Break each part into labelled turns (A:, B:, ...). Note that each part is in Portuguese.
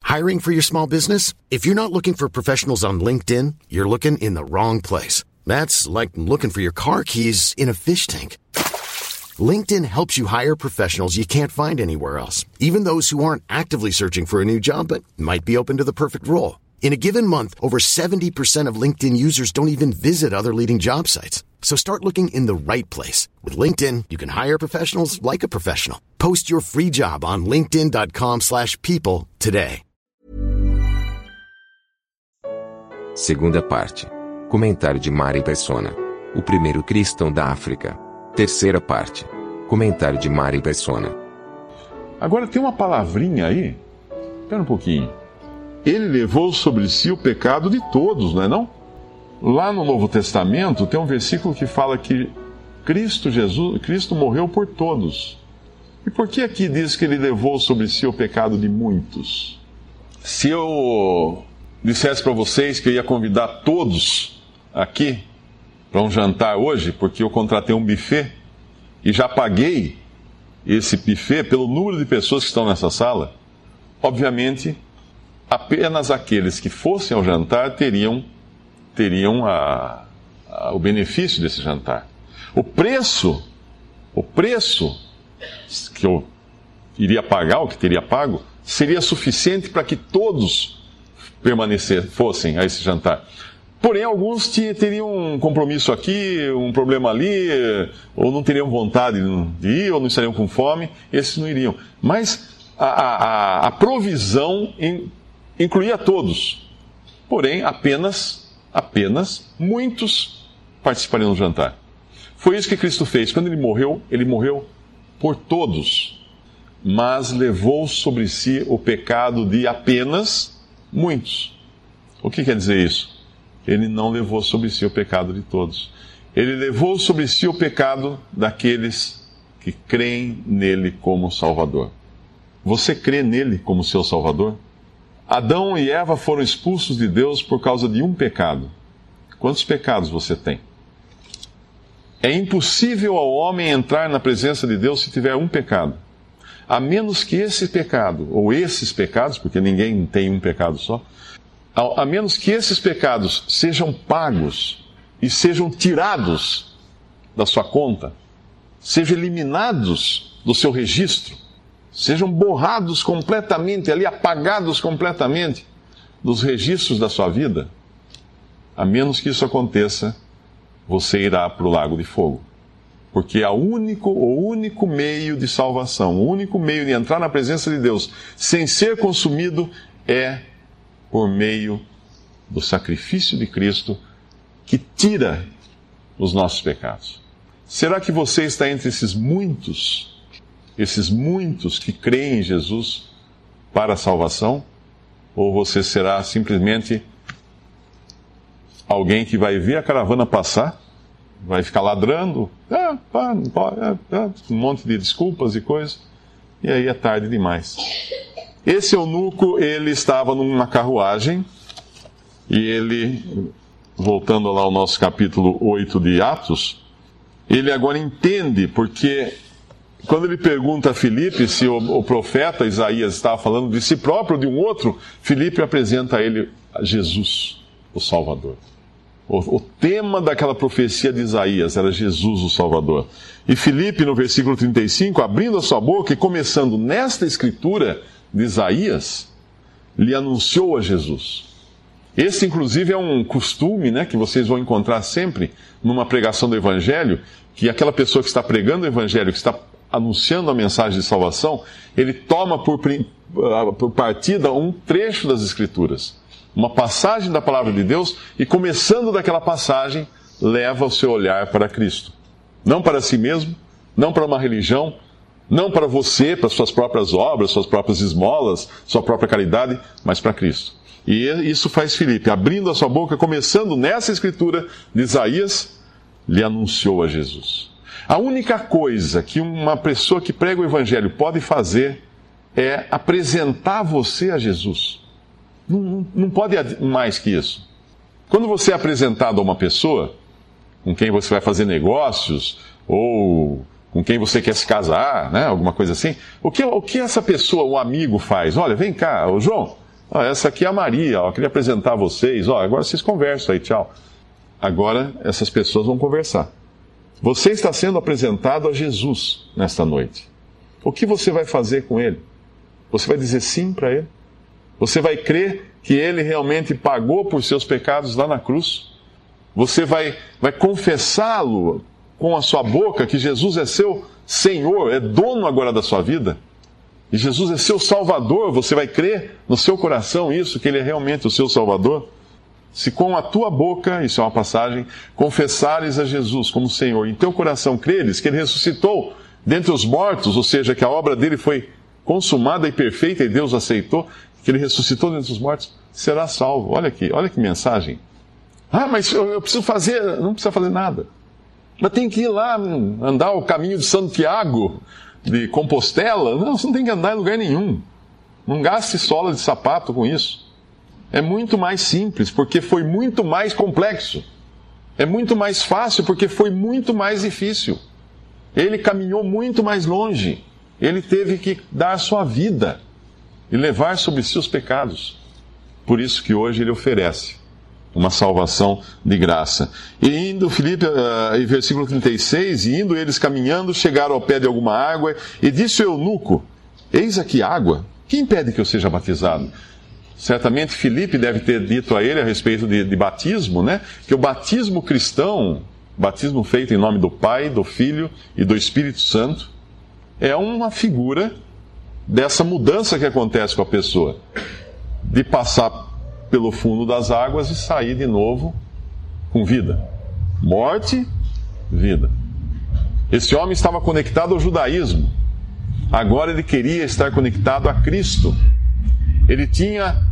A: Hiring for your small business? If you're not looking for professionals on LinkedIn, you're looking in the wrong place. That's like looking for your car keys in a fish tank. LinkedIn helps you hire professionals you can't find anywhere else, even those who aren't actively searching for a new job but might be open to the perfect role. In a given month, over 70% of LinkedIn users don't even visit other leading job sites. So start looking in the right place. With LinkedIn, you can hire professionals like a professional. Post your free job on linkedin.com/people today.
B: Segunda parte. Comentário de Mari Persona. O primeiro cristão da África. Terceira parte. Comentário de Mari Persona.
C: Agora tem uma palavrinha aí. Espera um pouquinho. Ele levou sobre si o pecado de todos, não é não? Lá no Novo Testamento tem um versículo que fala que Cristo morreu por todos. E por que aqui diz que ele levou sobre si o pecado de muitos? Se eu dissesse para vocês que eu ia convidar todos aqui para um jantar hoje, porque eu contratei um buffet e já paguei esse buffet pelo número de pessoas que estão nessa sala, obviamente apenas aqueles que fossem ao jantar teriam o benefício desse jantar. O preço que eu iria pagar, o que teria pago, seria suficiente para que todos fossem a esse jantar. Porém, alguns teriam um compromisso aqui, um problema ali, ou não teriam vontade de ir, ou não estariam com fome, esses não iriam. Mas a provisão incluía todos. Porém, apenas muitos participariam do jantar. Foi isso que Cristo fez. Quando ele morreu por todos, mas levou sobre si o pecado de apenas muitos. O que quer dizer isso? Ele não levou sobre si o pecado de todos. Ele levou sobre si o pecado daqueles que creem nele como Salvador. Você crê nele como seu Salvador? Adão e Eva foram expulsos de Deus por causa de um pecado. Quantos pecados você tem? É impossível ao homem entrar na presença de Deus se tiver um pecado. A menos que esse pecado, ou esses pecados, porque ninguém tem um pecado só, a menos que esses pecados sejam pagos e sejam tirados da sua conta, sejam eliminados do seu registro, sejam borrados completamente, ali apagados completamente dos registros da sua vida, a menos que isso aconteça, você irá para o lago de fogo. Porque o único meio de salvação, o único meio de entrar na presença de Deus sem ser consumido é por meio do sacrifício de Cristo que tira os nossos pecados. Será que você está entre esses muitos que creem em Jesus para a salvação? Ou você será simplesmente alguém que vai ver a caravana passar, vai ficar ladrando, um monte de desculpas e coisas, e aí é tarde demais. Esse eunuco, ele estava numa carruagem, e ele, voltando lá ao nosso capítulo 8 de Atos, ele agora entende, porque quando ele pergunta a Filipe se o profeta Isaías estava falando de si próprio ou de um outro, Filipe apresenta a ele Jesus, o Salvador. O tema daquela profecia de Isaías era Jesus, o Salvador. E Filipe, no versículo 35, abrindo a sua boca e começando nesta escritura de Isaías, lhe anunciou a Jesus. Esse, inclusive, é um costume, que vocês vão encontrar sempre numa pregação do Evangelho, que aquela pessoa que está pregando o Evangelho, que está anunciando a mensagem de salvação, ele toma por partida um trecho das Escrituras, uma passagem da Palavra de Deus, e começando daquela passagem, leva o seu olhar para Cristo. Não para si mesmo, não para uma religião, não para você, para suas próprias obras, suas próprias esmolas, sua própria caridade, mas para Cristo. E isso faz Filipe, abrindo a sua boca, começando nessa escritura de Isaías, lhe anunciou a Jesus. A única coisa que uma pessoa que prega o Evangelho pode fazer é apresentar você a Jesus. Não pode mais que isso. Quando você é apresentado a uma pessoa com quem você vai fazer negócios, ou com quem você quer se casar, alguma coisa assim, o que essa pessoa, o amigo, faz? Olha, vem cá, João, Essa aqui é a Maria, eu queria apresentar a vocês. Agora vocês conversam aí, tchau. Agora essas pessoas vão conversar. Você está sendo apresentado a Jesus nesta noite. O que você vai fazer com ele? Você vai dizer sim para ele? Você vai crer que ele realmente pagou por seus pecados lá na cruz? Você vai confessá-lo com a sua boca que Jesus é seu Senhor, é dono agora da sua vida? E Jesus é seu Salvador? Você vai crer no seu coração isso, que ele é realmente o seu Salvador? Se com a tua boca, isso é uma passagem, confessares a Jesus como Senhor, em teu coração creres que ele ressuscitou dentre os mortos, ou seja, que a obra dele foi consumada e perfeita e Deus aceitou, que ele ressuscitou dentre os mortos, será salvo. Olha aqui, olha que mensagem. Mas eu preciso fazer, não precisa fazer nada. Mas tem que ir lá, andar o caminho de Santiago, de Compostela. Não, você não tem que andar em lugar nenhum. Não gaste sola de sapato com isso. É muito mais simples, porque foi muito mais complexo. É muito mais fácil, porque foi muito mais difícil. Ele caminhou muito mais longe. Ele teve que dar sua vida e levar sobre si os pecados. Por isso que hoje ele oferece uma salvação de graça. E indo, Filipe, versículo 36, e indo eles caminhando, chegaram ao pé de alguma água, e disse o eunuco: eis aqui água, que impede que eu seja batizado? Certamente Filipe deve ter dito a ele a respeito de batismo, né? Que o batismo cristão, batismo feito em nome do Pai, do Filho e do Espírito Santo, é uma figura dessa mudança que acontece com a pessoa, de passar pelo fundo das águas e sair de novo com vida. Morte, vida. Esse homem estava conectado ao judaísmo. Agora ele queria estar conectado a Cristo. Ele tinha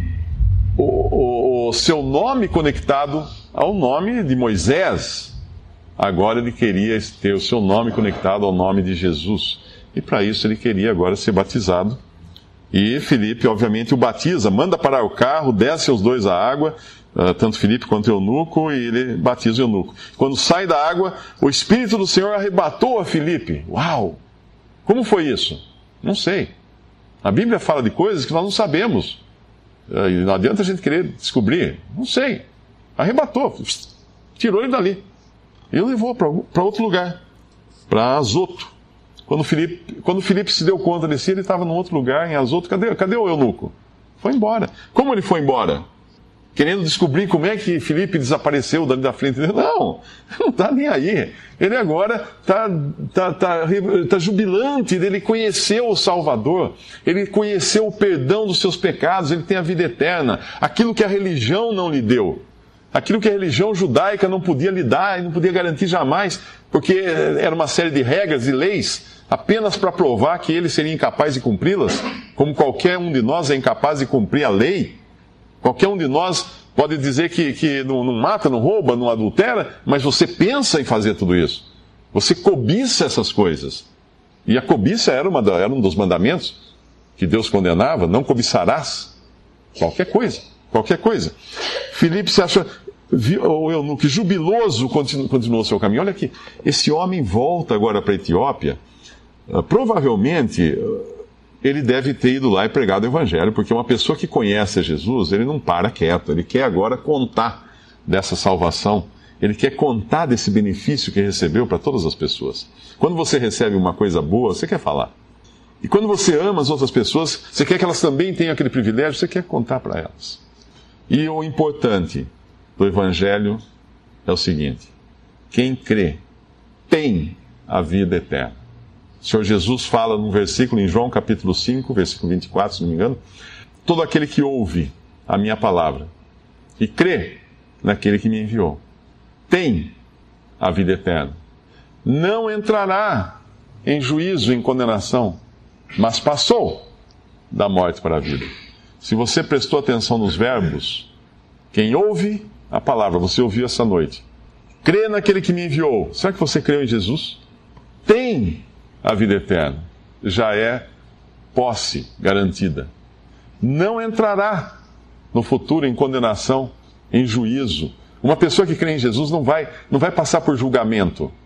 C: o seu nome conectado ao nome de Moisés. Agora ele queria ter o seu nome conectado ao nome de Jesus. E para isso ele queria agora ser batizado. E Filipe, obviamente, o batiza, manda parar o carro, desce os dois à água, tanto Filipe quanto o eunuco, e ele batiza o eunuco. Quando sai da água, o Espírito do Senhor arrebatou a Filipe. Uau! Como foi isso? Não sei. A Bíblia fala de coisas que nós não sabemos. E não adianta a gente querer descobrir. Não sei. Arrebatou, tirou ele dali. E levou para outro lugar, para Azoto. Quando Filipe se deu conta de si, ele estava num outro lugar, em Azoto. Cadê o eunuco? Foi embora. Como ele foi embora? Querendo descobrir como é que Filipe desapareceu dali da frente dele. Não está nem aí. Ele agora tá jubilante, ele conheceu o Salvador, ele conheceu o perdão dos seus pecados, ele tem a vida eterna. Aquilo que a religião não lhe deu. Aquilo que a religião judaica não podia lhe dar e não podia garantir jamais, porque era uma série de regras e leis apenas para provar que ele seria incapaz de cumpri-las, como qualquer um de nós é incapaz de cumprir a lei. Qualquer um de nós pode dizer que não mata, não rouba, não adultera, mas você pensa em fazer tudo isso. Você cobiça essas coisas. E a cobiça era um dos mandamentos que Deus condenava: não cobiçarás qualquer coisa. Qualquer coisa. Filipe se acha, o eunuco jubiloso, continuou seu caminho. Olha aqui, esse homem volta agora para a Etiópia. Provavelmente ele deve ter ido lá e pregado o Evangelho, porque uma pessoa que conhece a Jesus, ele não para quieto, ele quer agora contar dessa salvação, ele quer contar desse benefício que recebeu para todas as pessoas. Quando você recebe uma coisa boa, você quer falar. E quando você ama as outras pessoas, você quer que elas também tenham aquele privilégio, você quer contar para elas. E o importante do Evangelho é o seguinte: quem crê tem a vida eterna. O Senhor Jesus fala num versículo em João capítulo 5, versículo 24, se não me engano: todo aquele que ouve a minha palavra e crê naquele que me enviou tem a vida eterna. Não entrará em juízo, em condenação, mas passou da morte para a vida. Se você prestou atenção nos verbos, quem ouve a palavra, você ouviu essa noite, crê naquele que me enviou. Será que você creu em Jesus? Tem a vida eterna. Já é posse garantida. Não entrará no futuro em condenação, em juízo. Uma pessoa que crê em Jesus não vai passar por julgamento.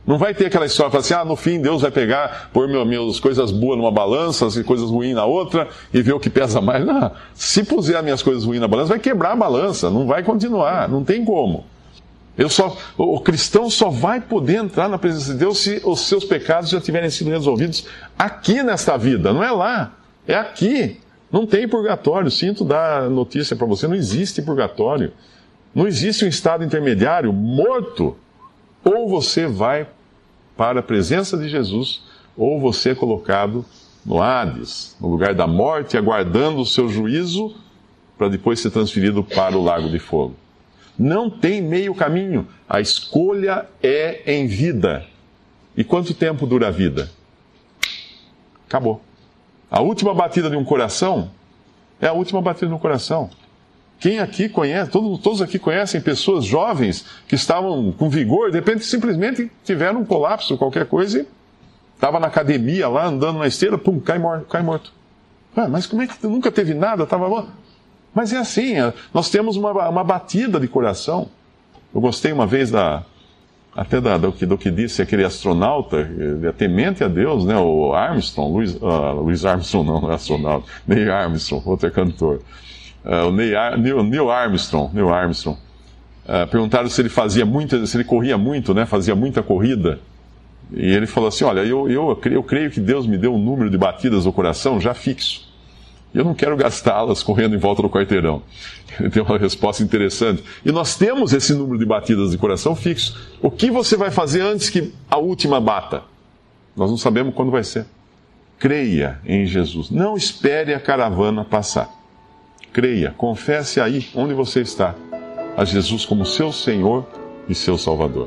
C: Não vai ter aquela história, assim, no fim Deus vai pegar, pôr minhas coisas boas numa balança, as coisas ruins na outra, e ver o que pesa mais. Não, se puser as minhas coisas ruins na balança, vai quebrar a balança, não vai continuar, não tem como. O cristão só vai poder entrar na presença de Deus se os seus pecados já tiverem sido resolvidos aqui nesta vida, não é lá, é aqui. Não tem purgatório, sinto dar notícia para você, não existe purgatório. Não existe um estado intermediário morto. Ou você vai para a presença de Jesus, ou você é colocado no Hades, no lugar da morte, aguardando o seu juízo, para depois ser transferido para o lago de fogo. Não tem meio caminho. A escolha é em vida. E quanto tempo dura a vida? Acabou. A última batida de um coração é a última batida de um coração. Quem aqui conhece, todos aqui conhecem pessoas jovens que estavam com vigor, de repente simplesmente tiveram um colapso, qualquer coisa, e estava na academia lá, andando na esteira, pum, cai morto. Mas como é que nunca teve nada? Estava bom. Mas é assim, nós temos uma batida de coração. Eu gostei uma vez do que disse aquele astronauta, temente a Deus, né, o Armstrong, Louis Armstrong não é astronauta, Neil Armstrong, outro é cantor. O Neil Armstrong. Perguntaram se ele corria muito, né, fazia muita corrida. E ele falou assim, olha, eu creio que Deus me deu um número de batidas do coração já fixo. Eu não quero gastá-las correndo em volta do quarteirão. Ele tem uma resposta interessante. E nós temos esse número de batidas de coração fixo. O que você vai fazer antes que a última bata? Nós não sabemos quando vai ser. Creia em Jesus. Não espere a caravana passar. Creia, confesse aí onde você está a Jesus como seu Senhor e seu Salvador.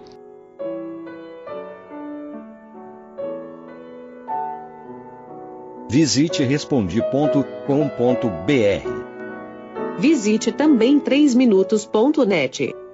D: Visite Respondi.com.br.
E: Visite também 3minutos.net.